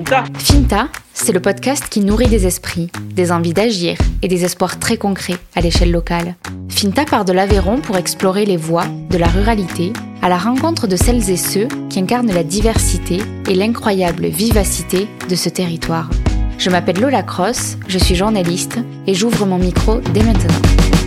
Finta. Finta, c'est le podcast qui nourrit des esprits, des envies d'agir et des espoirs très concrets à l'échelle locale. Finta part de l'Aveyron pour explorer les voies de la ruralité à la rencontre de celles et ceux qui incarnent la diversité et l'incroyable vivacité de ce territoire. Je m'appelle Lola Cross, je suis journaliste et j'ouvre mon micro dès maintenant.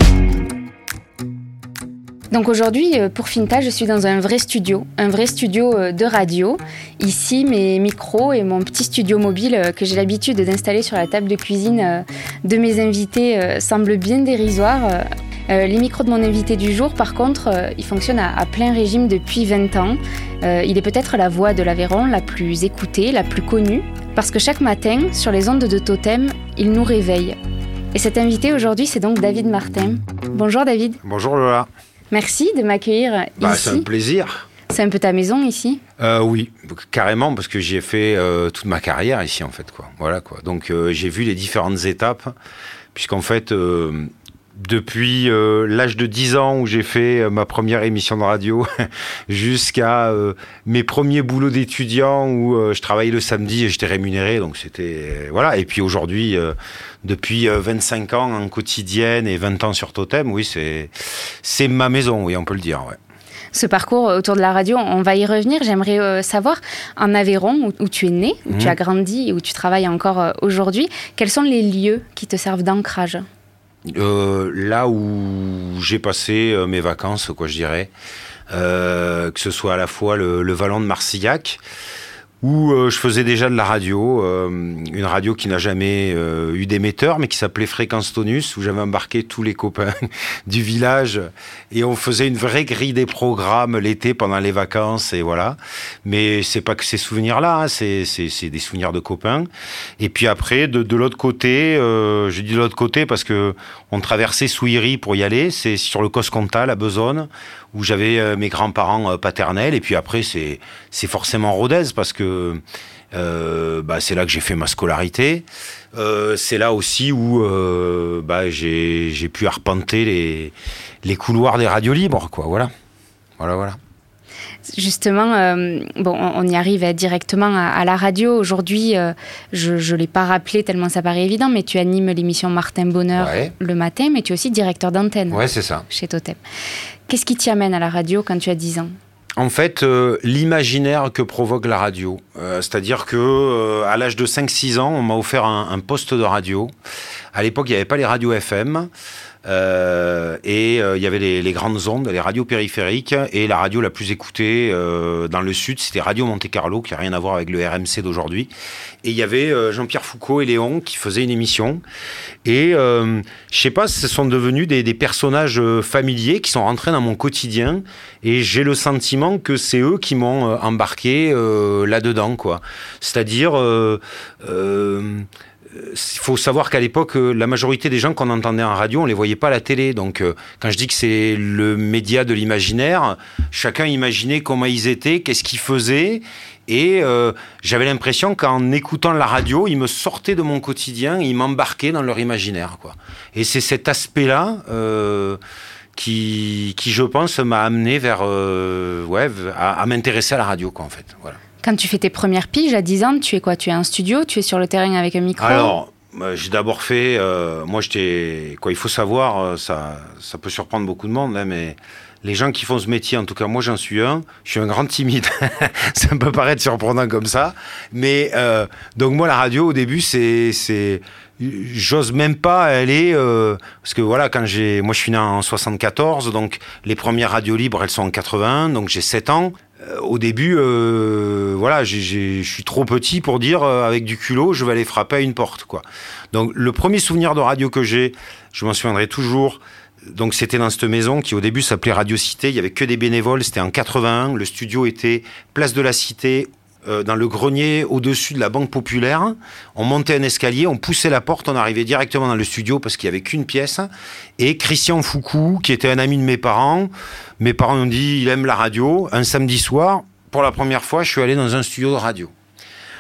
Donc aujourd'hui, pour Finta, je suis dans un vrai studio de radio. Ici, mes micros et mon petit studio mobile que j'ai l'habitude d'installer sur la table de cuisine de mes invités semblent bien dérisoires. Les micros de mon invité du jour, par contre, ils fonctionnent à plein régime depuis 20 ans. Il est peut-être la voix de l'Aveyron la plus écoutée, la plus connue, parce que chaque matin, sur les ondes de Totem, il nous réveille. Et cet invité aujourd'hui, c'est donc David Martin. Bonjour David. Bonjour Lola. Merci de m'accueillir ici. C'est un plaisir. C'est un peu ta maison ici ? Oui, carrément, parce que j'y ai fait toute ma carrière ici en fait, quoi. Voilà, quoi. Donc j'ai vu les différentes étapes, puisqu'en fait, depuis l'âge de 10 ans où j'ai fait ma première émission de radio, jusqu'à mes premiers boulots d'étudiant où je travaillais le samedi et j'étais rémunéré, donc c'était... voilà. Et puis aujourd'hui... depuis 25 ans en quotidienne et 20 ans sur Totem, oui, c'est ma maison, oui, on peut le dire, ouais. Ce parcours autour de la radio, on va y revenir. J'aimerais savoir, en Aveyron, où tu es né, où tu as grandi et où tu travailles encore aujourd'hui, quels sont les lieux qui te servent d'ancrage ? Là où j'ai passé mes vacances, quoi, je dirais, que ce soit à la fois le Vallon de Marcillac, où je faisais déjà de la radio, une radio qui n'a jamais eu d'émetteur, mais qui s'appelait Fréquence Tonus, où j'avais embarqué tous les copains du village, et on faisait une vraie grille des programmes l'été pendant les vacances, et voilà. Mais c'est pas que ces souvenirs-là, hein, c'est des souvenirs de copains. Et puis après, de l'autre côté, je dis de l'autre côté parce que on traversait Souillery pour y aller, c'est sur le Coscontal à Besonne, où j'avais mes grands-parents paternels, et puis après c'est forcément Rodez, parce que c'est là que j'ai fait ma scolarité, c'est là aussi où j'ai pu arpenter les couloirs des radios libres, quoi, voilà. Justement, on y arrive directement à la radio. Aujourd'hui, je ne l'ai pas rappelé tellement ça paraît évident, mais tu animes l'émission Martin Bonheur le matin, mais tu es aussi directeur d'antenne. Ouais, c'est ça. Chez Totem. Qu'est-ce qui t'y amène à la radio quand tu as 10 ans ? En fait, l'imaginaire que provoque la radio. C'est-à-dire que à l'âge de 5-6 ans, on m'a offert un poste de radio. À l'époque, il n'y avait pas les radios FM. Il y avait les grandes ondes, les radios périphériques, et la radio la plus écoutée dans le sud, c'était Radio Monte-Carlo, qui n'a rien à voir avec le RMC d'aujourd'hui. Et il y avait Jean-Pierre Foucault et Léon qui faisaient une émission. Et je sais pas, ce sont devenus des personnages familiers qui sont rentrés dans mon quotidien. Et j'ai le sentiment que c'est eux qui m'ont embarqué là-dedans, quoi. C'est-à-dire... il faut savoir qu'à l'époque, la majorité des gens qu'on entendait en radio, on les voyait pas à la télé. Donc, quand je dis que c'est le média de l'imaginaire, chacun imaginait comment ils étaient, qu'est-ce qu'ils faisaient. Et j'avais l'impression qu'en écoutant la radio, ils me sortaient de mon quotidien, ils m'embarquaient dans leur imaginaire, quoi. Et c'est cet aspect-là qui, je pense, m'a amené vers à m'intéresser à la radio, quoi, en fait. Voilà. Quand tu fais tes premières piges à 10 ans, tu es quoi ? Tu es en studio ? Tu es sur le terrain avec un micro ? Alors, j'ai d'abord fait... il faut savoir, ça peut surprendre beaucoup de monde, hein, mais les gens qui font ce métier, en tout cas moi j'en suis un, je suis un grand timide. Ça peut paraître surprenant comme ça. Mais donc moi la radio au début j'ose même pas aller parce que voilà, moi je suis né en 74, donc les premières radios libres elles sont en 81, donc j'ai 7 ans. Au début, je suis trop petit pour dire avec du culot, je vais aller frapper à une porte, quoi. Donc le premier souvenir de radio que j'ai, je m'en souviendrai toujours. Donc c'était dans cette maison qui au début s'appelait Radio Cité. Il y avait que des bénévoles. C'était en 81. Le studio était place de la Cité, dans le grenier au-dessus de la Banque Populaire. On montait un escalier, on poussait la porte, on arrivait directement dans le studio parce qu'il n'y avait qu'une pièce. Et Christian Foucault, qui était un ami de mes parents ont dit il aime la radio. Un samedi soir, pour la première fois, je suis allé dans un studio de radio.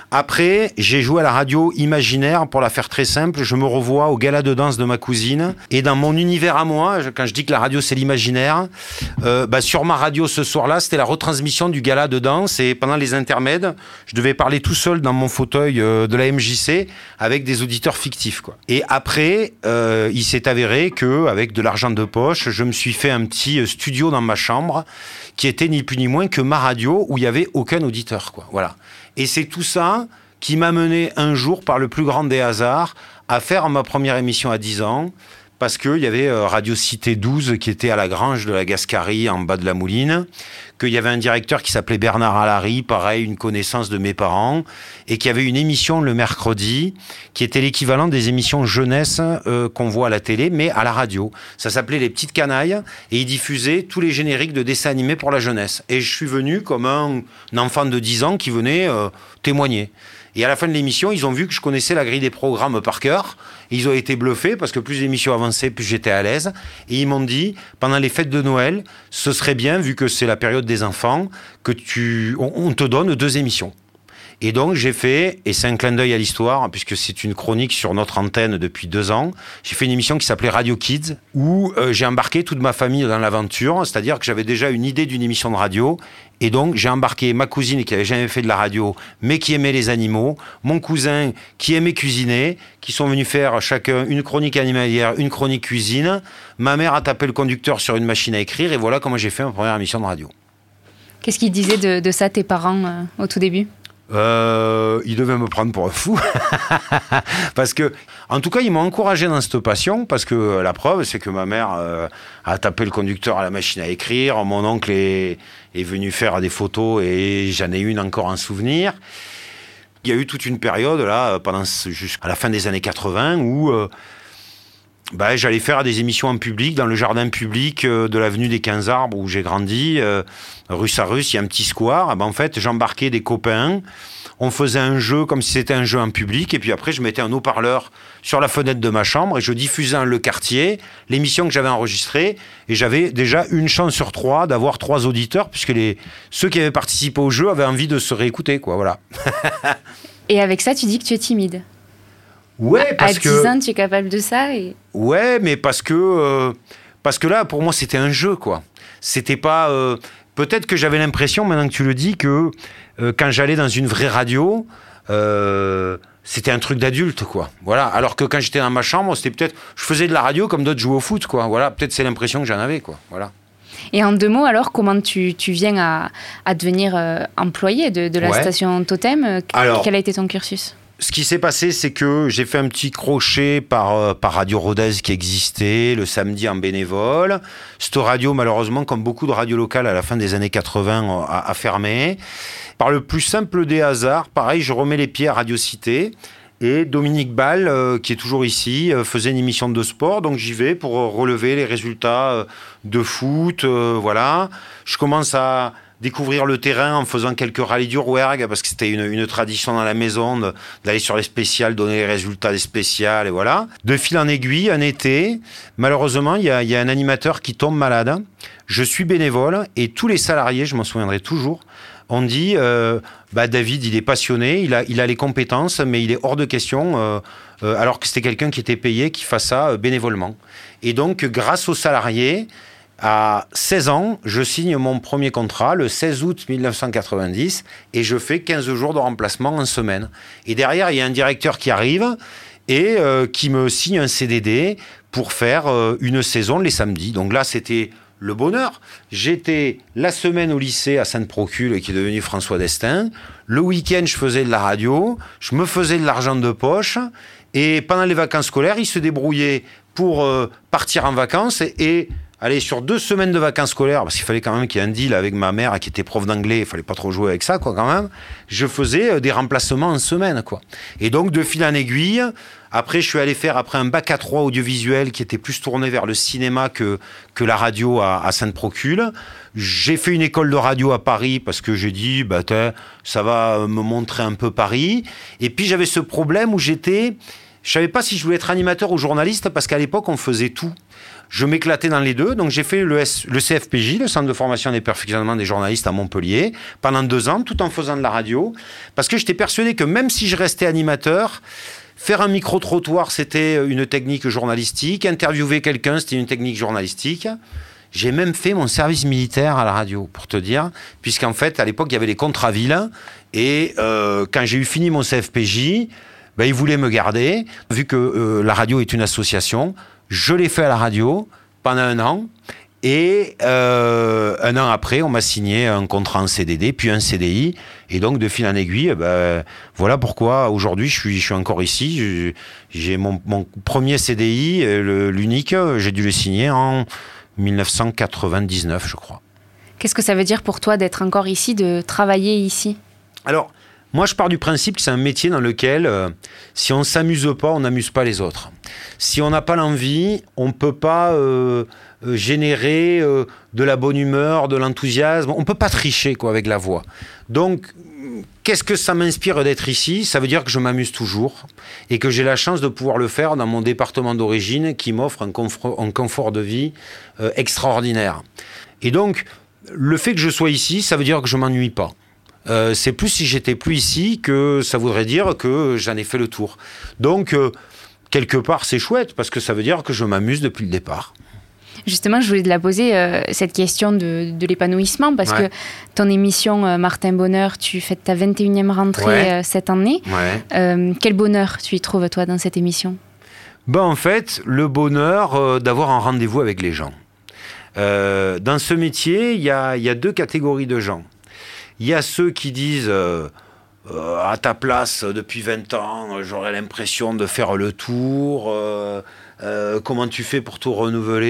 Après, j'ai joué à la radio imaginaire, pour la faire très simple. Je me revois au gala de danse de ma cousine. Et dans mon univers à moi, quand je dis que la radio c'est l'imaginaire, sur ma radio ce soir-là, c'était la retransmission du gala de danse. Et pendant les intermèdes, je devais parler tout seul dans mon fauteuil de la MJC avec des auditeurs fictifs, quoi. Et après, il s'est avéré qu'avec de l'argent de poche, je me suis fait un petit studio dans ma chambre qui était ni plus ni moins que ma radio où il n'y avait aucun auditeur, quoi. Voilà. Et c'est tout ça qui m'a mené un jour, par le plus grand des hasards, à faire ma première émission à 10 ans, parce qu'il y avait Radio Cité 12 qui était à la Grange de la Gascarie, en bas de la Mouline, qu'il y avait un directeur qui s'appelait Bernard Allary, pareil, une connaissance de mes parents, et qui avait une émission le mercredi, qui était l'équivalent des émissions jeunesse qu'on voit à la télé, mais à la radio. Ça s'appelait Les Petites Canailles, et il diffusait tous les génériques de dessins animés pour la jeunesse. Et je suis venu comme un enfant de 10 ans qui venait témoigner. Et à la fin de l'émission, ils ont vu que je connaissais la grille des programmes par cœur. Ils ont été bluffés parce que plus l'émission avançait, plus j'étais à l'aise. Et ils m'ont dit, pendant les fêtes de Noël, ce serait bien, vu que c'est la période des enfants, que on te donne 2 émissions. Et donc j'ai fait, et c'est un clin d'œil à l'histoire, puisque c'est une chronique sur notre antenne depuis 2 ans, j'ai fait une émission qui s'appelait Radio Kids, où j'ai embarqué toute ma famille dans l'aventure, c'est-à-dire que j'avais déjà une idée d'une émission de radio, et donc j'ai embarqué ma cousine qui avait jamais fait de la radio, mais qui aimait les animaux, mon cousin qui aimait cuisiner, qui sont venus faire chacun une chronique animalière, une chronique cuisine, ma mère a tapé le conducteur sur une machine à écrire, et voilà comment j'ai fait ma première émission de radio. Qu'est-ce qu'ils disaient de ça, tes parents, au tout début ? Ils devaient me prendre pour un fou parce que, en tout cas, ils m'ont encouragé dans cette passion, parce que la preuve, c'est que ma mère a tapé le conducteur à la machine à écrire, mon oncle est venu faire des photos et j'en ai une encore en souvenir. Il y a eu toute une période là, jusqu'à la fin des années 80, où j'allais faire des émissions en public, dans le jardin public de l'avenue des 15 Arbres où j'ai grandi, rue Sarus, il y a un petit square. En fait, j'embarquais des copains, on faisait un jeu comme si c'était un jeu en public, et puis après, je mettais un haut-parleur sur la fenêtre de ma chambre et je diffusais dans le quartier l'émission que j'avais enregistrée, et j'avais déjà une chance sur 3 d'avoir 3 auditeurs, puisque ceux qui avaient participé au jeu avaient envie de se réécouter, quoi, voilà. Et avec ça, tu dis que tu es timide ? Ouais, parce que... À 10 ans, tu es capable de ça et... Ouais, mais parce que là, pour moi, c'était un jeu, quoi. C'était pas... peut-être que j'avais l'impression, maintenant que tu le dis, que quand j'allais dans une vraie radio, c'était un truc d'adulte, quoi. Voilà. Alors que quand j'étais dans ma chambre, c'était peut-être... Je faisais de la radio comme d'autres jouaient au foot, quoi. Voilà. Peut-être c'est l'impression que j'en avais, quoi. Voilà. Et en 2 mots, alors, comment tu viens à devenir employé de la station Totem ? Alors, quel a été ton cursus ? Ce qui s'est passé, c'est que j'ai fait un petit crochet par Radio Rodez qui existait le samedi en bénévole. Cette radio, malheureusement, comme beaucoup de radios locales à la fin des années 80, a fermé. Par le plus simple des hasards, pareil, je remets les pieds à Radio Cité. Et Dominique Ball, qui est toujours ici, faisait une émission de sport. Donc j'y vais pour relever les résultats de foot. Voilà. Je commence à découvrir le terrain en faisant quelques rallyes d'Urwerg, parce que c'était une tradition dans la maison d'aller sur les spéciales, donner les résultats des spéciales, et voilà. De fil en aiguille, un été, malheureusement, il y a un animateur qui tombe malade. Je suis bénévole, et tous les salariés, je m'en souviendrai toujours, on dit David, il est passionné, il a les compétences, mais il est hors de question, alors que c'était quelqu'un qui était payé, qui fasse ça bénévolement. Et donc, grâce aux salariés, à 16 ans, je signe mon premier contrat le 16 août 1990 et je fais 15 jours de remplacement en semaine. Et derrière, il y a un directeur qui arrive et qui me signe un CDD pour faire une saison les samedis. Donc là, c'était le bonheur. J'étais la semaine au lycée à Sainte-Procule, qui est devenu François d'Estaing. Le week-end, je faisais de la radio, je me faisais de l'argent de poche. Et pendant les vacances scolaires, il se débrouillait pour partir en vacances et aller sur 2 semaines de vacances scolaires, parce qu'il fallait quand même qu'il y ait un deal avec ma mère qui était prof d'anglais, il fallait pas trop jouer avec ça, quoi, quand même. Je faisais des remplacements en semaine, quoi. Et donc, de fil en aiguille, après, je suis allé faire un bac à 3 audiovisuel qui était plus tourné vers le cinéma que la radio à Sainte-Procule. J'ai fait une école de radio à Paris parce que j'ai dit, ça va me montrer un peu Paris. Et puis, j'avais ce problème où je savais pas si je voulais être animateur ou journaliste, parce qu'à l'époque, on faisait tout. Je m'éclatais dans les deux. Donc, j'ai fait le CFPJ, le Centre de formation et de perfectionnement des journalistes à Montpellier, pendant 2 ans, tout en faisant de la radio. Parce que j'étais persuadé que même si je restais animateur, faire un micro-trottoir, c'était une technique journalistique. Interviewer quelqu'un, c'était une technique journalistique. J'ai même fait mon service militaire à la radio, pour te dire, puisqu'en fait, à l'époque, il y avait les contravilles, et quand j'ai eu fini mon CFPJ, ils voulaient me garder. Vu que la radio est une association, je l'ai fait à la radio pendant 1 an, et 1 an après, on m'a signé un contrat en CDD, puis un CDI, et donc de fil en aiguille, voilà pourquoi aujourd'hui je suis encore ici. J'ai mon premier CDI, l'unique, j'ai dû le signer en 1999, je crois. Qu'est-ce que ça veut dire pour toi d'être encore ici, de travailler ici ? Alors, moi, je pars du principe que c'est un métier dans lequel, si on ne s'amuse pas, on n'amuse pas les autres. Si on n'a pas l'envie, on ne peut pas générer de la bonne humeur, de l'enthousiasme. On ne peut pas tricher avec la voix. Donc, qu'est-ce que ça m'inspire d'être ici ? Ça veut dire que je m'amuse toujours et que j'ai la chance de pouvoir le faire dans mon département d'origine qui m'offre un confort de vie extraordinaire. Et donc, le fait que je sois ici, ça veut dire que je ne m'ennuie pas. C'est plus si j'étais plus ici que ça voudrait dire que j'en ai fait le tour. Donc, quelque part, c'est chouette parce que ça veut dire que je m'amuse depuis le départ. Justement, je voulais te la poser, cette question de l'épanouissement, parce que ton émission Martin Bonheur, tu fêtes ta 21e rentrée cette année. Quel bonheur tu y trouves, toi, dans cette émission ? En fait, le bonheur d'avoir un rendez-vous avec les gens. Dans ce métier, il y a 2 catégories de gens. Il y a ceux qui disent à ta place depuis 20 ans, j'aurais l'impression de faire le tour. Comment tu fais pour tout renouveler ?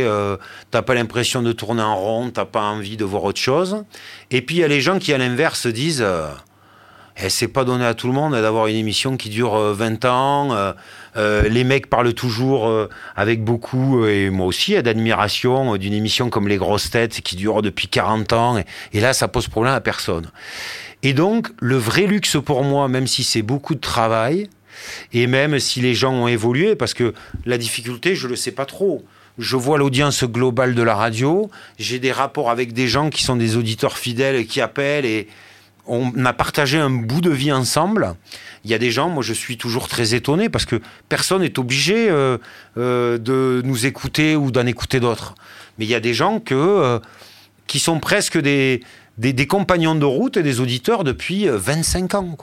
T'as pas l'impression de tourner en rond, t'as pas envie de voir autre chose. Et puis il y a les gens qui à l'inverse disent c'est pas donné à tout le monde d'avoir une émission qui dure 20 ans. Les mecs parlent toujours avec beaucoup, et moi aussi, d'admiration d'une émission comme Les Grosses Têtes qui dure depuis 40 ans. Et là, ça pose problème à personne. Et donc, le vrai luxe pour moi, même si c'est beaucoup de travail, et même si les gens ont évolué, parce que la difficulté, je le sais pas trop. Je vois l'audience globale de la radio, j'ai des rapports avec des gens qui sont des auditeurs fidèles qui appellent, et on a partagé un bout de vie ensemble. Il y a des gens, moi je suis toujours très étonné parce que personne n'est obligé de nous écouter ou d'en écouter d'autres. Mais il y a des gens qui sont presque des compagnons de route et des auditeurs depuis 25 ans.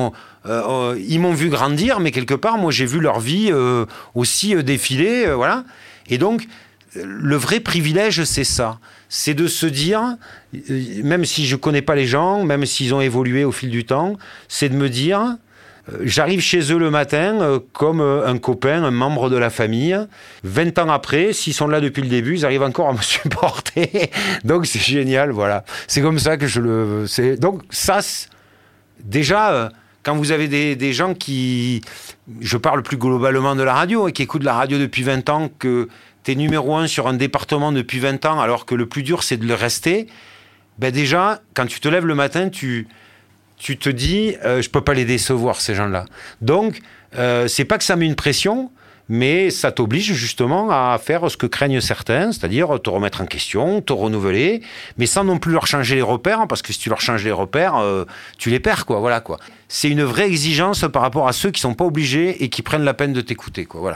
Ils m'ont vu grandir, mais quelque part, moi j'ai vu leur vie aussi défiler. Voilà. Et donc, le vrai privilège, c'est ça. C'est de se dire, même si je ne connais pas les gens, même s'ils ont évolué au fil du temps, c'est de me dire, j'arrive chez eux le matin comme un copain, un membre de la famille. 20 ans après, s'ils sont là depuis le début, ils arrivent encore à me supporter. Donc c'est génial, voilà. C'est comme ça que donc ça, déjà, quand vous avez des gens qui... Je parle plus globalement de la radio, qui écoutent la radio depuis 20 ans, que t'es numéro 1 sur un département depuis 20 ans, alors que le plus dur, c'est de le rester. Déjà, quand tu te lèves le matin, tu te dis, je peux pas les décevoir, ces gens-là. Donc, c'est pas que ça met une pression, mais ça t'oblige justement à faire ce que craignent certains, c'est-à-dire te remettre en question, te renouveler, mais sans non plus leur changer les repères, parce que si tu leur changes les repères, tu les perds, voilà, quoi. C'est une vraie exigence par rapport à ceux qui sont pas obligés et qui prennent la peine de t'écouter, voilà.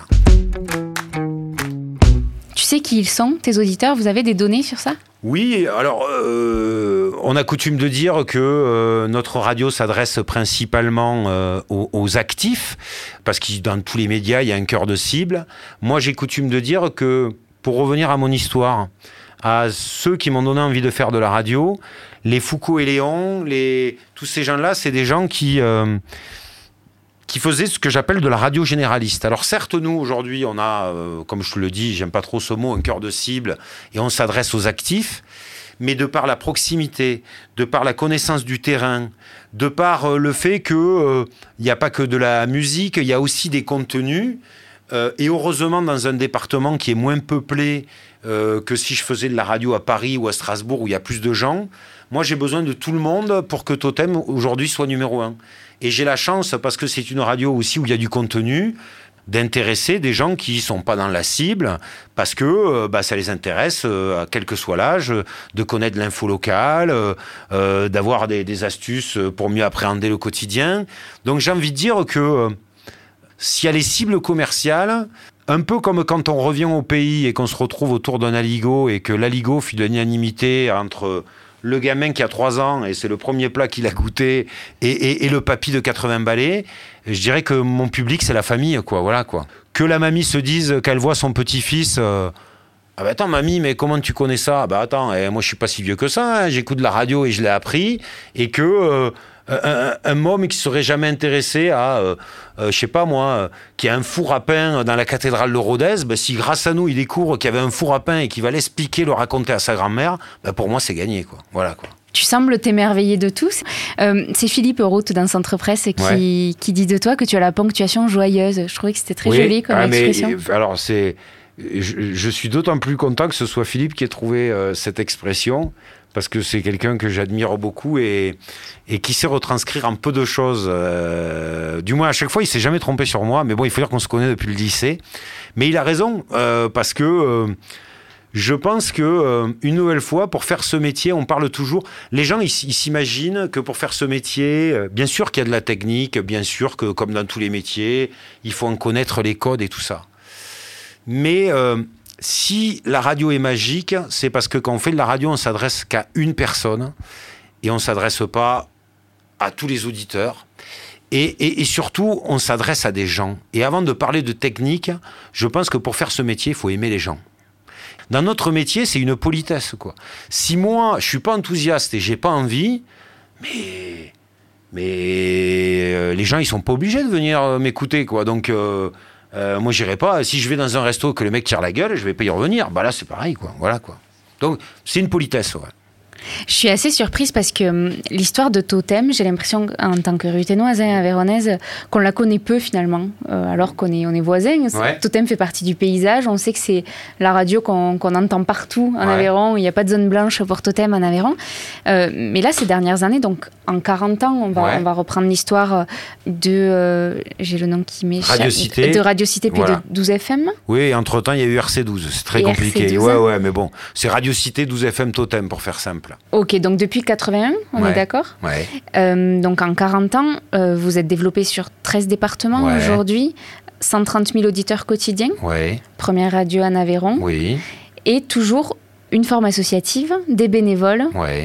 Tu sais qui ils sont, tes auditeurs ? Vous avez des données sur ça ? Oui, alors on a coutume de dire que notre radio s'adresse principalement aux actifs, parce que dans tous les médias, il y a un cœur de cible. Moi, j'ai coutume de dire que, pour revenir à mon histoire, à ceux qui m'ont donné envie de faire de la radio, les Foucault et Léon, tous ces gens-là, c'est des gens qui faisaient ce que j'appelle de la radio généraliste. Alors certes, nous, aujourd'hui, on a, comme je te le dis, j'aime pas trop ce mot, un cœur de cible, et on s'adresse aux actifs, mais de par la proximité, de par la connaissance du terrain, de par le fait qu'il n'y a pas que de la musique, il y a aussi des contenus, et heureusement, dans un département qui est moins peuplé que si je faisais de la radio à Paris ou à Strasbourg, où il y a plus de gens, moi, j'ai besoin de tout le monde pour que Totem, aujourd'hui, soit numéro 1. Et j'ai la chance, parce que c'est une radio aussi où il y a du contenu, d'intéresser des gens qui sont pas dans la cible, parce que ça les intéresse, quel que soit l'âge, de connaître l'info locale, d'avoir des astuces pour mieux appréhender le quotidien. Donc j'ai envie de dire que s'il y a les cibles commerciales, un peu comme quand on revient au pays et qu'on se retrouve autour d'un aligot et que l'aligot fait de l'unanimité entre le gamin qui a 3 ans et c'est le premier plat qu'il a goûté et le papy de 80 balais, je dirais que mon public c'est la famille, quoi. Voilà, quoi. Que la mamie se dise qu'elle voit son petit-fils ah bah attends mamie, mais comment tu connais ça? Bah attends, moi je suis pas si vieux que ça, hein, j'écoute la radio et je l'ai appris, et que un môme qui serait jamais intéressé à je sais pas moi, qui a un four à pain dans la cathédrale de Rodez, si grâce à nous il découvre qu'il y avait un four à pain et qu'il va l'expliquer, le raconter à sa grand-mère, pour moi c'est gagné, quoi. Voilà, quoi. Tu sembles t'émerveiller de tout. C'est Philippe Roth d'un Centre Presse qui dit de toi que tu as la ponctuation joyeuse. Je trouvais que c'était très joli comme expression. Alors je suis d'autant plus content que ce soit Philippe qui ait trouvé cette expression, parce que c'est quelqu'un que j'admire beaucoup et qui sait retranscrire en peu de choses. Du moins, à chaque fois, il ne s'est jamais trompé sur moi. Mais bon, il faut dire qu'on se connaît depuis le lycée. Mais il a raison, parce que je pense que une nouvelle fois, pour faire ce métier, on parle toujours... Les gens, ils s'imaginent que pour faire ce métier, bien sûr qu'il y a de la technique, bien sûr que, comme dans tous les métiers, il faut en connaître les codes et tout ça. Mais... si la radio est magique, c'est parce que quand on fait de la radio, on s'adresse qu'à une personne et on ne s'adresse pas à tous les auditeurs. Et surtout, on s'adresse à des gens. Et avant de parler de technique, je pense que pour faire ce métier, il faut aimer les gens. Dans notre métier, c'est une politesse, quoi. Si moi, je ne suis pas enthousiaste et je n'ai pas envie, mais les gens, ils ne sont pas obligés de venir m'écouter, quoi. Donc... moi j'irai pas, si je vais dans un resto que le mec tire la gueule, je vais pas y revenir, là c'est pareil, quoi. Voilà, quoi. Donc c'est une politesse, ouais. Je suis assez surprise parce que l'histoire de Totem, j'ai l'impression, en tant que ruténoise, avéronaise, qu'on la connaît peu finalement, alors qu'on est voisins. Ouais. Totem fait partie du paysage, on sait que c'est la radio qu'on entend partout en Aveyron, il n'y a pas de zone blanche pour Totem en Aveyron. Mais là, ces dernières années, donc en 40 ans, on va reprendre l'histoire de, j'ai le nom qui m'échappe, de Radio Cité, puis de 12 FM. Oui, entre-temps, il y a eu RC12, c'est très compliqué. RC12. Ouais, mais bon, c'est Radio Cité, 12 FM, Totem, pour faire simple. Ok, donc depuis 81, on est d'accord ? Ouais. Donc en 40 ans, vous êtes développé sur 13 départements aujourd'hui, 130 000 auditeurs quotidiens, première radio en Aveyron, et toujours une forme associative, des bénévoles.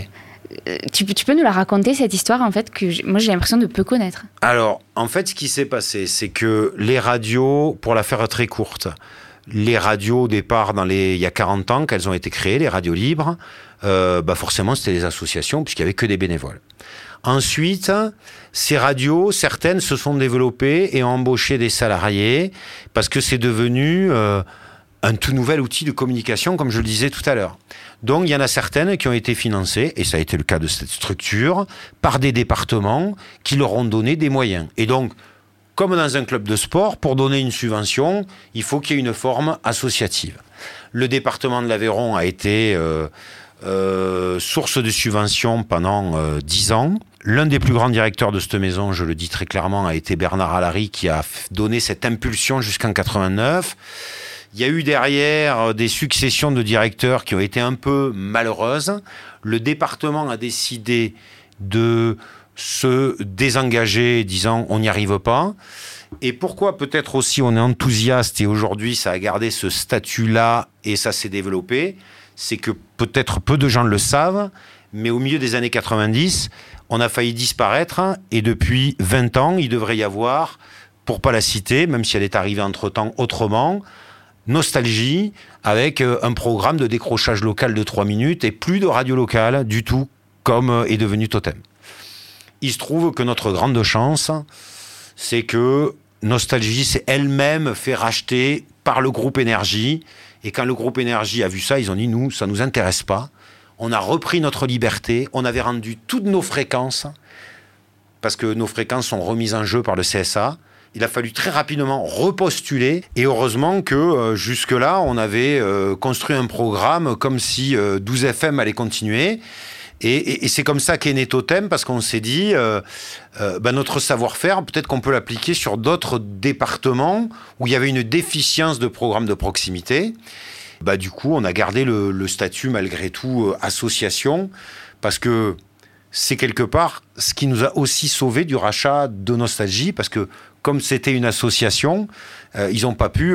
Tu peux nous la raconter, cette histoire, en fait, que moi j'ai l'impression de peu connaître. Alors, en fait, ce qui s'est passé, c'est que les radios, pour la faire très courte, les radios au départ, il y a 40 ans, qu'elles ont été créées, les radios libres, forcément c'était des associations puisqu'il n'y avait que des bénévoles. Ensuite, ces radios, certaines se sont développées et ont embauché des salariés parce que c'est devenu un tout nouvel outil de communication, comme je le disais tout à l'heure. Donc il y en a certaines qui ont été financées, et ça a été le cas de cette structure, par des départements qui leur ont donné des moyens. Et donc, comme dans un club de sport, pour donner une subvention, il faut qu'il y ait une forme associative. Le département de l'Aveyron a été source de subvention pendant 10 ans. L'un des plus grands directeurs de cette maison, je le dis très clairement, a été Bernard Allary, qui a donné cette impulsion jusqu'en 89. Il y a eu derrière des successions de directeurs qui ont été un peu malheureuses. Le département a décidé de se désengager, disant on n'y arrive pas. Et pourquoi peut-être aussi on est enthousiaste et aujourd'hui ça a gardé ce statut-là et ça s'est développé, c'est que peut-être peu de gens le savent, mais au milieu des années 90, on a failli disparaître et depuis 20 ans, il devrait y avoir, pour pas la citer, même si elle est arrivée entre-temps autrement, Nostalgie, avec un programme de décrochage local de 3 minutes et plus de radio locale du tout, comme est devenu Totem. Il se trouve que notre grande chance, c'est que Nostalgie s'est elle-même fait racheter par le groupe Énergie. Et quand le groupe Énergie a vu ça, ils ont dit, nous, ça ne nous intéresse pas. On a repris notre liberté, on avait rendu toutes nos fréquences, parce que nos fréquences sont remises en jeu par le CSA. Il a fallu très rapidement repostuler et heureusement que jusque-là, on avait construit un programme comme si 12 FM allait continuer Et c'est comme ça qu'est né Totem, parce qu'on s'est dit, notre savoir-faire, peut-être qu'on peut l'appliquer sur d'autres départements où il y avait une déficience de programmes de proximité. Du coup, on a gardé le statut, malgré tout, association, parce que c'est quelque part ce qui nous a aussi sauvés du rachat de Nostalgie, parce que comme c'était une association, ils n'ont pas pu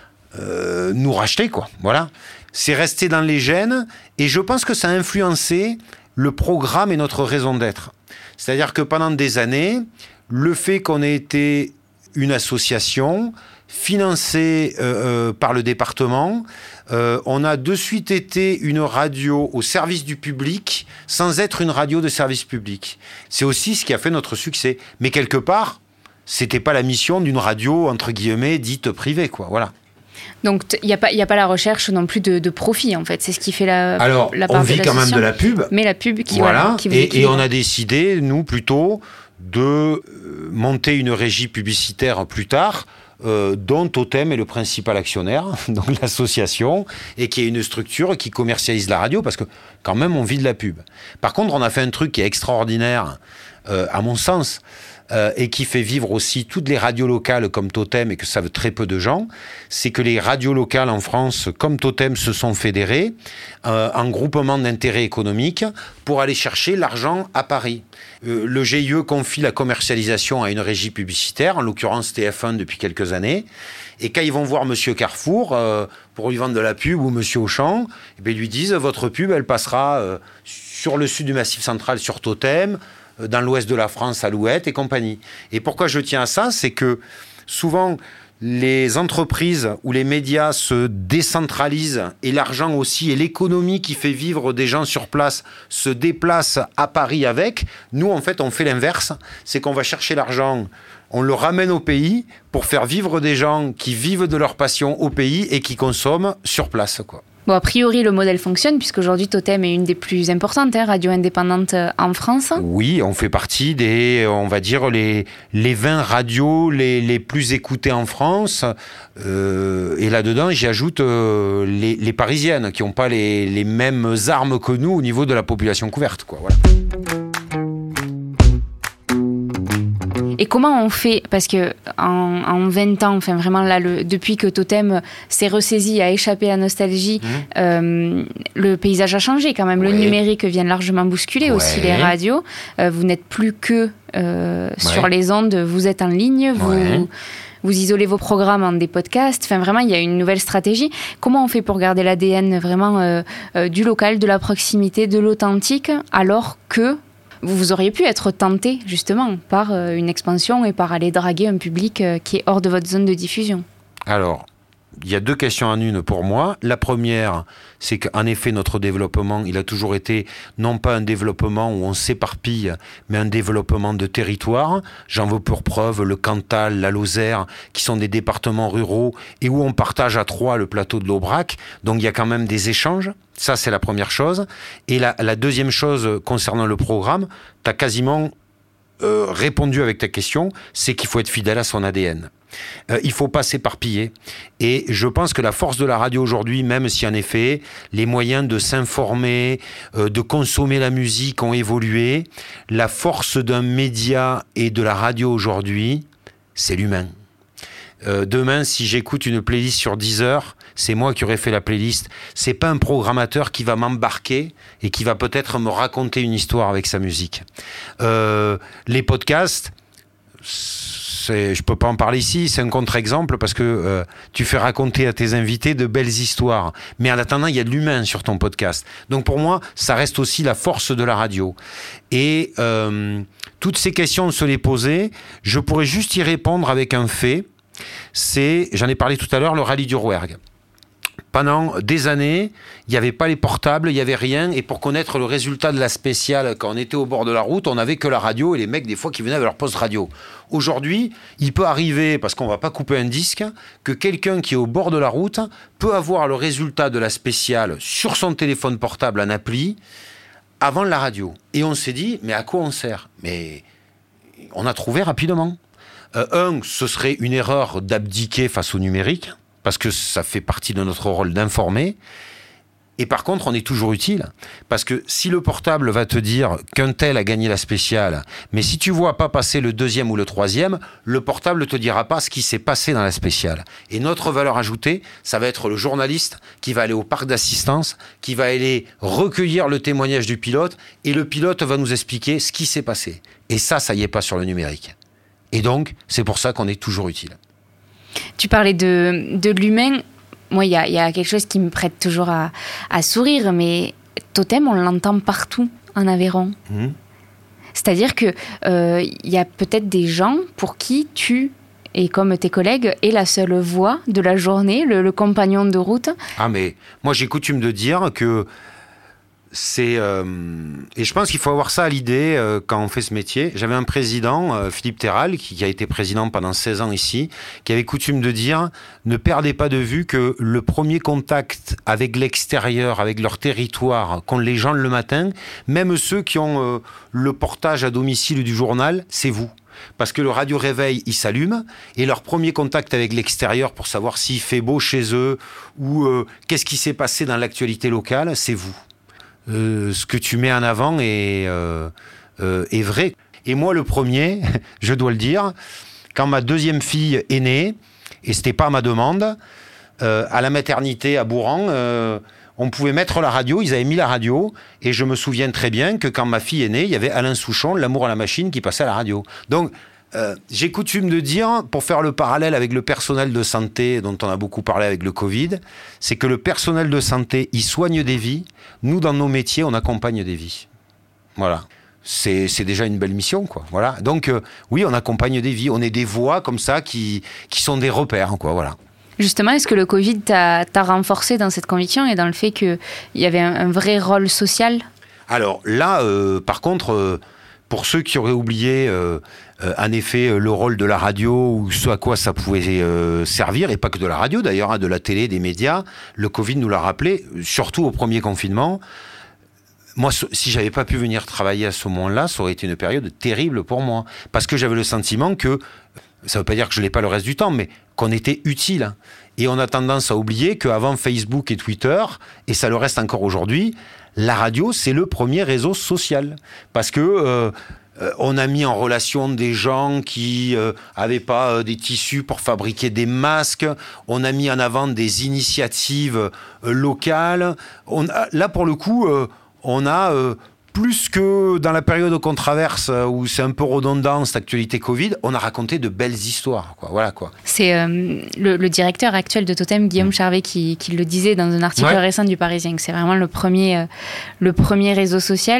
nous racheter, quoi. Voilà. C'est resté dans les gènes, et je pense que ça a influencé le programme et notre raison d'être. C'est-à-dire que pendant des années, le fait qu'on ait été une association financée par le département, on a de suite été une radio au service du public sans être une radio de service public. C'est aussi ce qui a fait notre succès. Mais quelque part, c'était pas la mission d'une radio, entre guillemets, dite privée, quoi. Voilà. Donc, il n'y a pas la recherche non plus de profit, en fait. C'est ce qui fait la part de l'association. Alors, on vit quand même de la pub. Mais la pub qui... Voilà. Qui et on a décidé, nous, plutôt, de monter une régie publicitaire plus tard, dont Totem est le principal actionnaire, donc l'association, et qui est une structure qui commercialise la radio, parce que quand même, on vit de la pub. Par contre, on a fait un truc qui est extraordinaire, à mon sens, et qui fait vivre aussi toutes les radios locales comme Totem, et que savent très peu de gens, c'est que les radios locales en France, comme Totem, se sont fédérées en groupement d'intérêt économique pour aller chercher l'argent à Paris. Le GIE confie la commercialisation à une régie publicitaire, en l'occurrence TF1 depuis quelques années, et quand ils vont voir Monsieur Carrefour pour lui vendre de la pub, ou Monsieur Auchan, ils lui disent « Votre pub, elle passera sur le sud du Massif central sur Totem, dans l'ouest de la France, Alouette et compagnie. » Et pourquoi je tiens à ça, c'est que souvent, les entreprises ou les médias se décentralisent, et l'argent aussi, et l'économie qui fait vivre des gens sur place se déplace à Paris avec. Nous, en fait, on fait l'inverse. C'est qu'on va chercher l'argent, on le ramène au pays pour faire vivre des gens qui vivent de leur passion au pays et qui consomment sur place, quoi. Bon, a priori, le modèle fonctionne, puisqu'aujourd'hui, Totem est une des plus importantes radios indépendantes en France. Oui, on fait partie des, on va dire, les 20 radios les plus écoutées en France. Et là-dedans, j'y ajoute les parisiennes, qui n'ont pas les mêmes armes que nous au niveau de la population couverte, quoi. Voilà. Et comment on fait, parce que en 20 ans, enfin vraiment là, depuis que Totem s'est ressaisi, a échappé à Nostalgie, le paysage a changé quand même. Le numérique vient largement bousculer aussi les radios. Vous n'êtes plus que sur les ondes, vous êtes en ligne, vous isolez vos programmes en des podcasts. Enfin, vraiment, il y a une nouvelle stratégie. Comment on fait pour garder l'ADN vraiment du local, de la proximité, de l'authentique, alors que vous auriez pu être tenté, justement, par une expansion et par aller draguer un public qui est hors de votre zone de diffusion? Alors, il y a deux questions en une pour moi. La première, c'est qu'en effet, notre développement, il a toujours été non pas un développement où on s'éparpille, mais un développement de territoire. J'en veux pour preuve le Cantal, la Lozère, qui sont des départements ruraux et où on partage à trois le plateau de l'Aubrac. Donc, il y a quand même des échanges. Ça, c'est la première chose. Et la deuxième chose concernant le programme, tu as quasiment répondu avec ta question, c'est qu'il faut être fidèle à son ADN. Il ne faut pas s'éparpiller. Et je pense que la force de la radio aujourd'hui, même si en effet les moyens de s'informer, de consommer la musique ont évolué, la force d'un média et de la radio aujourd'hui, c'est l'humain. Demain, si j'écoute une playlist sur Deezer, c'est moi qui aurais fait la playlist. C'est pas un programmateur qui va m'embarquer et qui va peut-être me raconter une histoire avec sa musique. Les podcasts, je peux pas en parler ici, c'est un contre-exemple parce que tu fais raconter à tes invités de belles histoires. Mais en attendant, il y a de l'humain sur ton podcast. Donc pour moi, ça reste aussi la force de la radio. Et toutes ces questions, se les poser, je pourrais juste y répondre avec un fait. C'est, j'en ai parlé tout à l'heure, le rallye du Rouergue. Pendant des années, il n'y avait pas les portables, il n'y avait rien. Et pour connaître le résultat de la spéciale, quand on était au bord de la route, on n'avait que la radio et les mecs, des fois, qui venaient avec leur poste radio. Aujourd'hui, il peut arriver, parce qu'on ne va pas couper un disque, que quelqu'un qui est au bord de la route peut avoir le résultat de la spéciale sur son téléphone portable en appli avant la radio. Et on s'est dit, mais à quoi on sert ? Mais on a trouvé rapidement. Ce serait une erreur d'abdiquer face au numérique, parce que ça fait partie de notre rôle d'informer. Et par contre, on est toujours utile, parce que si le portable va te dire qu'un tel a gagné la spéciale, mais si tu vois pas passer le 2e ou le 3e, le portable ne te dira pas ce qui s'est passé dans la spéciale. Et notre valeur ajoutée, ça va être le journaliste qui va aller au parc d'assistance, qui va aller recueillir le témoignage du pilote, et le pilote va nous expliquer ce qui s'est passé. Et ça y est pas sur le numérique. Et donc, c'est pour ça qu'on est toujours utile. Tu parlais de l'humain. Moi, il y a quelque chose qui me prête toujours à sourire, mais Totem, on l'entend partout en Aveyron. C'est-à-dire que il y a peut-être des gens pour qui tu, et comme tes collègues, es la seule voix de la journée, le compagnon de route. Ah, mais moi, j'ai coutume de dire que c'est... et je pense qu'il faut avoir ça à l'idée quand on fait ce métier. J'avais un président, Philippe Terral, qui a été président pendant 16 ans ici, qui avait coutume de dire « Ne perdez pas de vue que le premier contact avec l'extérieur, avec leur territoire, qu'ont les gens le matin, même ceux qui ont le portage à domicile du journal, c'est vous. » Parce que le radio réveil, il s'allume, et leur premier contact avec l'extérieur pour savoir s'il fait beau chez eux ou qu'est-ce qui s'est passé dans l'actualité locale, c'est vous. Ce que tu mets en avant est vrai. Et moi, le premier, je dois le dire, quand ma 2e fille est née, et c'était pas à ma demande, à la maternité à Bourran, on pouvait mettre la radio, ils avaient mis la radio, et je me souviens très bien que quand ma fille est née, il y avait Alain Souchon, L'amour à la machine, qui passait à la radio. Donc, j'ai coutume de dire, pour faire le parallèle avec le personnel de santé dont on a beaucoup parlé avec le Covid, c'est que le personnel de santé, il soigne des vies. Nous, dans nos métiers, on accompagne des vies. Voilà. C'est déjà une belle mission, quoi. Voilà. Donc, oui, on accompagne des vies. On est des voix comme ça qui sont des repères, quoi. Voilà. Justement, est-ce que le Covid t'a renforcé dans cette conviction et dans le fait qu'il y avait un vrai rôle social ? Alors là, par contre, pour ceux qui auraient oublié... en effet, le rôle de la radio ou ce à quoi ça pouvait servir, et pas que de la radio d'ailleurs, hein, de la télé, des médias, le Covid nous l'a rappelé, surtout au premier confinement. Moi, si j'avais pas pu venir travailler à ce moment-là, ça aurait été une période terrible pour moi, parce que j'avais le sentiment que, ça veut pas dire que je l'ai pas le reste du temps, mais qu'on était utile. Et on a tendance à oublier qu'avant Facebook et Twitter, et ça le reste encore aujourd'hui, la radio, c'est le premier réseau social. Parce que... on a mis en relation des gens qui avaient pas des tissus pour fabriquer des masques. On a mis en avant des initiatives locales. Là, pour le coup, on a plus que dans la période qu'on traverse, où c'est un peu redondant, cette actualité Covid, on a raconté de belles histoires, quoi. Voilà, quoi. C'est le directeur actuel de Totem, Guillaume Charvet, qui le disait dans un article récent du Parisien, que c'est vraiment le premier réseau social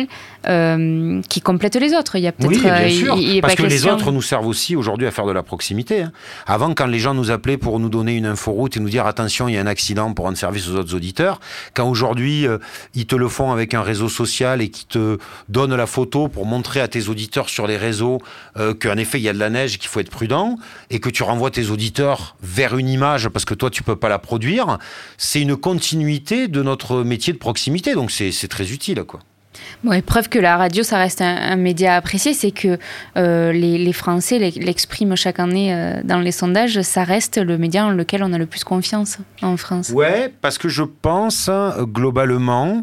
qui complète les autres. Il y a peut-être, oui, bien sûr, parce que question... les autres nous servent aussi aujourd'hui à faire de la proximité. Hein. Avant, quand les gens nous appelaient pour nous donner une inforoute et nous dire « attention, il y a un accident » pour rendre service aux autres auditeurs, quand aujourd'hui, ils te le font avec un réseau social et qui te donne la photo pour montrer à tes auditeurs sur les réseaux qu'en effet il y a de la neige, qu'il faut être prudent, et que tu renvoies tes auditeurs vers une image parce que toi tu peux pas la produire, c'est une continuité de notre métier de proximité, donc c'est très utile, quoi. Bon, et preuve que la radio, ça reste un média apprécié, c'est que les Français l'expriment chaque année dans les sondages, ça reste le média en lequel on a le plus confiance en France. Ouais, parce que je pense globalement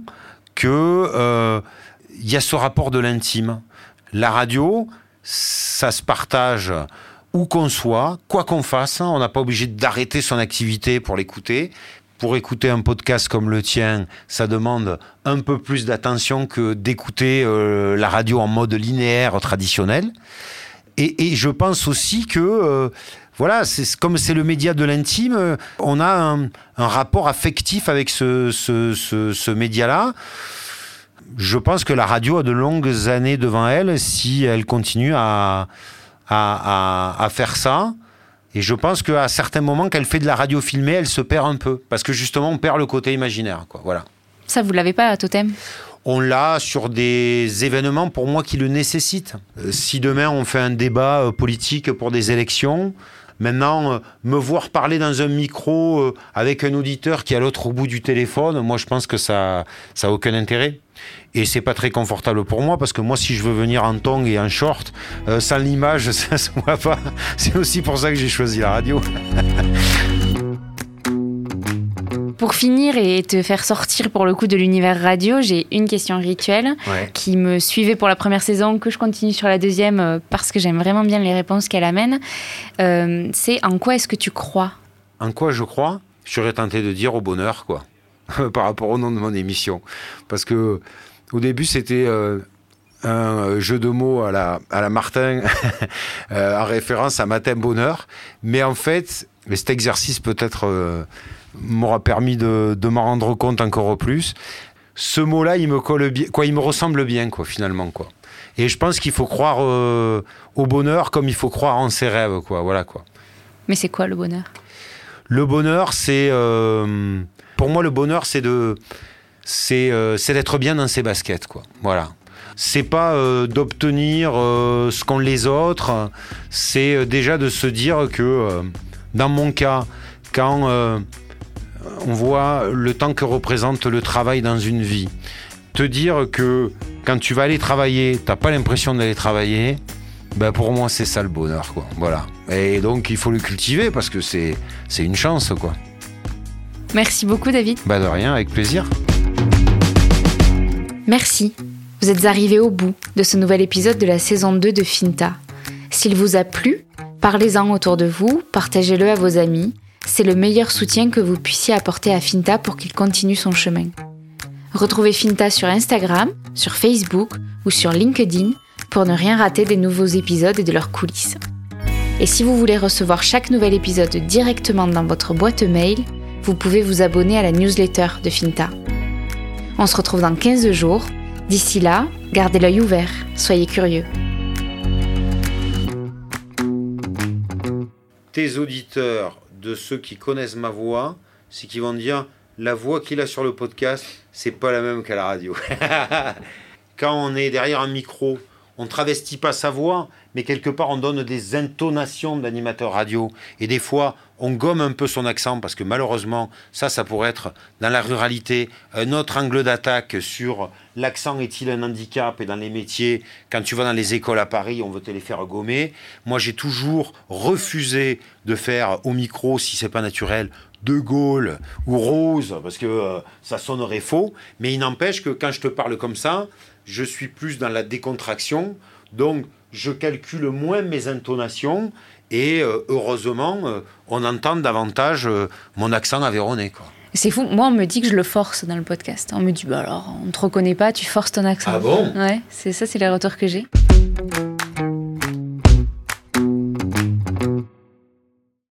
que il y a ce rapport de l'intime. La radio, ça se partage où qu'on soit, quoi qu'on fasse. On n'a pas obligé d'arrêter son activité pour l'écouter. Pour écouter un podcast comme le tien, ça demande un peu plus d'attention que d'écouter la radio en mode linéaire traditionnel. Et je pense aussi que... voilà, comme c'est le média de l'intime, on a un rapport affectif avec ce média-là. Je pense que la radio a de longues années devant elle si elle continue à faire ça. Et je pense qu'à certains moments, quand elle fait de la radio filmée, elle se perd un peu. Parce que justement, on perd le côté imaginaire, quoi. Voilà. Ça, vous ne l'avez pas à Totem ? On l'a sur des événements, pour moi, qui le nécessitent. Si demain, on fait un débat politique pour des élections... Maintenant, me voir parler dans un micro avec un auditeur qui est à l'autre bout du téléphone, moi je pense que ça a aucun intérêt. Et c'est pas très confortable pour moi, parce que moi, si je veux venir en tongs et en short, sans l'image, ça se voit pas. C'est aussi pour ça que j'ai choisi la radio. Pour finir et te faire sortir pour le coup de l'univers radio, j'ai une question rituelle qui me suivait pour la première saison, que je continue sur la deuxième parce que j'aime vraiment bien les réponses qu'elle amène. C'est en quoi est-ce que tu crois ? En quoi je crois ? Je serais tenté de dire au bonheur, quoi, par rapport au nom de mon émission. Parce que au début, c'était un jeu de mots à la Martin, en référence à Matin Bonheur. Mais en fait, cet exercice peut-être m'aura permis de m'en rendre compte encore plus. Ce mot-là, il me colle bien, quoi, il me ressemble bien, quoi, finalement, quoi. Et je pense qu'il faut croire au bonheur comme il faut croire en ses rêves, quoi. Voilà, quoi. Mais c'est quoi le bonheur ? Le bonheur, c'est pour moi le bonheur, c'est d'être bien dans ses baskets, quoi. Voilà. C'est pas d'obtenir ce qu'ont les autres. C'est déjà de se dire que dans mon cas, quand on voit le temps que représente le travail dans une vie, te dire que quand tu vas aller travailler, t'as pas l'impression d'aller travailler. Ben pour moi, c'est ça le bonheur, quoi. Voilà. Et donc, il faut le cultiver parce que c'est une chance, quoi. Merci beaucoup, David. Ben de rien, avec plaisir. Merci. Vous êtes arrivés au bout de ce nouvel épisode de la saison 2 de Finta. S'il vous a plu, parlez-en autour de vous, partagez-le à vos amis. C'est le meilleur soutien que vous puissiez apporter à Finta pour qu'il continue son chemin. Retrouvez Finta sur Instagram, sur Facebook ou sur LinkedIn pour ne rien rater des nouveaux épisodes et de leurs coulisses. Et si vous voulez recevoir chaque nouvel épisode directement dans votre boîte mail, vous pouvez vous abonner à la newsletter de Finta. On se retrouve dans 15 jours. D'ici là, gardez l'œil ouvert, soyez curieux. Tes auditeurs, de ceux qui connaissent ma voix, c'est qu'ils vont dire la voix qu'il a sur le podcast, c'est pas la même qu'à la radio. Quand on est derrière un micro, on ne travestit pas sa voix, mais quelque part on donne des intonations d'animateur radio. Et des fois, on gomme un peu son accent, parce que malheureusement, ça pourrait être dans la ruralité un autre angle d'attaque sur l'accent est-il un handicap, et dans les métiers, quand tu vas dans les écoles à Paris, on veut te les faire gommer. Moi, j'ai toujours refusé de faire au micro, si c'est pas naturel, De Gaulle ou Rose, parce que ça sonnerait faux. Mais il n'empêche que quand je te parle comme ça, je suis plus dans la décontraction, donc je calcule moins mes intonations et heureusement, on entend davantage mon accent aveyronnais, quoi. C'est fou, moi on me dit que je le force dans le podcast. On me dit, bah alors, on ne te reconnaît pas, tu forces ton accent. Ah bon ? Ouais, c'est les retours que j'ai.